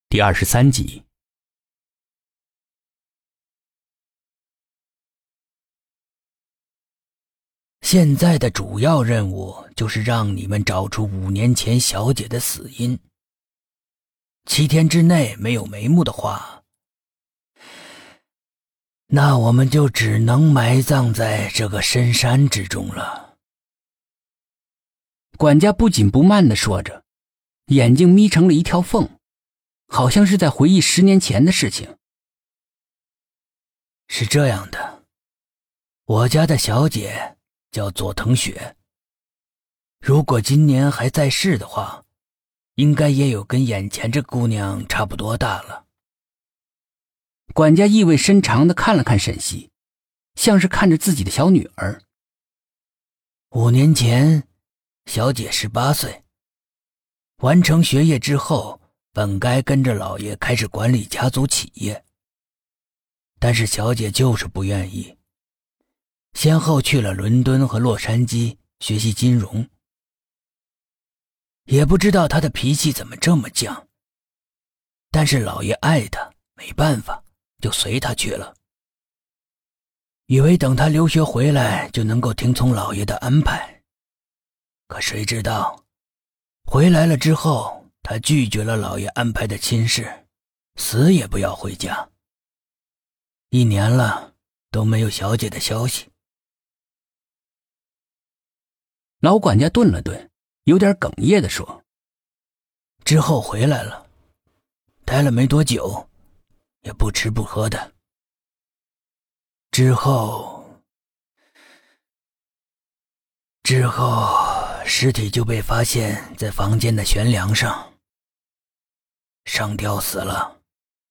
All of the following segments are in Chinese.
第23集。 现在的主要任务就是让你们找出5年前小姐的死因。7天之内没有眉目的话，那我们就只能埋葬在这个深山之中了。 管家不紧不慢地说着，眼睛眯成了一条缝，好像是在回忆10年前的事情。 是这样的，我家的小姐叫佐藤雪，如果今年还在世的话，应该也有跟眼前这姑娘差不多大了。 管家意味深长地看了看沈西，像是看着自己的小女儿。 5年前，小姐18岁，完成学业之后，本该跟着老爷开始管理家族企业，但是小姐就是不愿意，先后去了伦敦和洛杉矶学习金融。也不知道她的脾气怎么这么犟，但是老爷爱她，没办法，就随她去了。以为等她留学回来就能够听从老爷的安排，可谁知道回来了之后，她拒绝了老爷安排的亲事，死也不要回家。1年了都没有小姐的消息。 老管家顿了顿，有点哽咽地说， 之后回来了，待了没多久，也不吃不喝的。之后尸体就被发现在房间的悬梁上，上吊死了。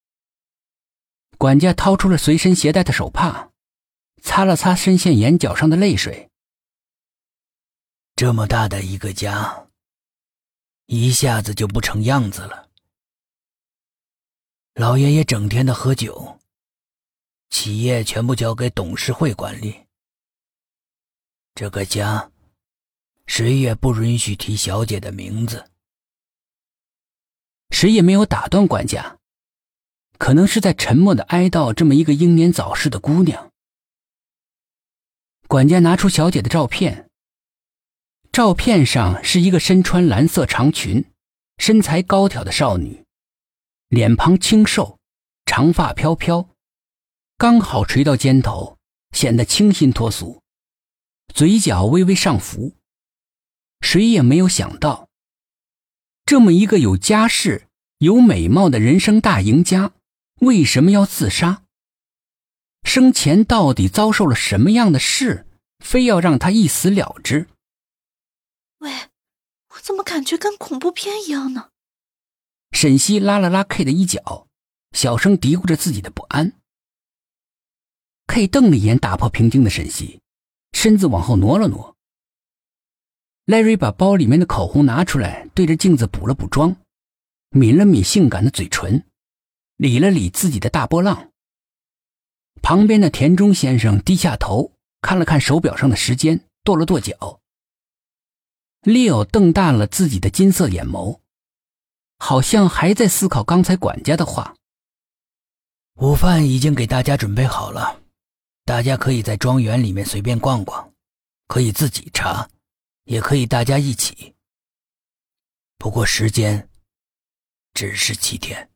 管家掏出了随身携带的手帕，擦了擦深陷眼角上的泪水。 这么大的一个家，一下子就不成样子了。老爷也整天的喝酒，企业全部交给董事会管理。这个家，谁也不允许提小姐的名字。 谁也没有打断管家，可能是在沉默地哀悼这么一个英年早逝的姑娘。管家拿出小姐的照片，照片上是一个身穿蓝色长裙、身材高挑的少女，脸庞清瘦，长发飘飘，刚好垂到肩头，显得清新脱俗，嘴角微微上浮。谁也没有想到，这么一个有家世、有美貌的人生大赢家，为什么要自杀？生前到底遭受了什么样的事，非要让他一死了之？ 喂，我怎么感觉跟恐怖片一样呢？ 沈西拉了拉 K 的衣角，小声嘀咕着自己的不安。K 瞪了一眼打破平静的沈西，身子往后挪了挪。Larry 把包里面的口红拿出来，对着镜子补了补妆，抿了抿性感的嘴唇，理了理自己的大波浪。旁边的田中先生低下头，看了看手表上的时间，跺了跺脚。Leo 瞪大了自己的金色眼眸，好像还在思考刚才管家的话。 午饭已经给大家准备好了，大家可以在庄园里面随便逛逛，可以自己查，也可以大家一起。不过时间只是7天。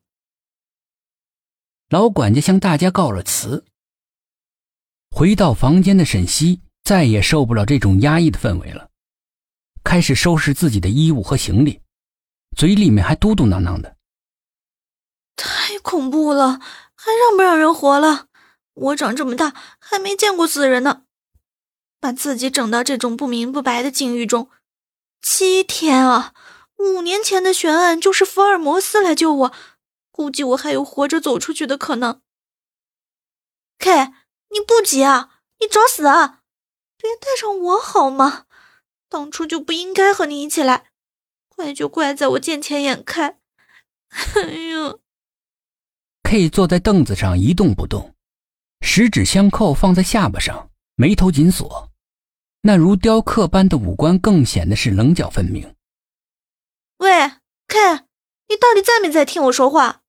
老管家向大家告了辞。回到房间的沈西再也受不了这种压抑的氛围了，开始收拾自己的衣物和行李，嘴里面还嘟嘟囔囔的。 太恐怖了，还让不让人活了？我长这么大还没见过死人呢，把自己整到这种不明不白的境遇中。7天啊，5年前的悬案就是福尔摩斯来救我，估计我还有活着走出去的可能。K， 你不急啊？你找死啊？别带上我好吗？当初就不应该和你一起来，怪就怪在我见钱眼开。哎呀 K 坐在凳子上一动不动，十指相扣放在下巴上，眉头紧锁，那如雕刻般的五官更显得是棱角分明。 喂 K， 你到底在没在听我说话？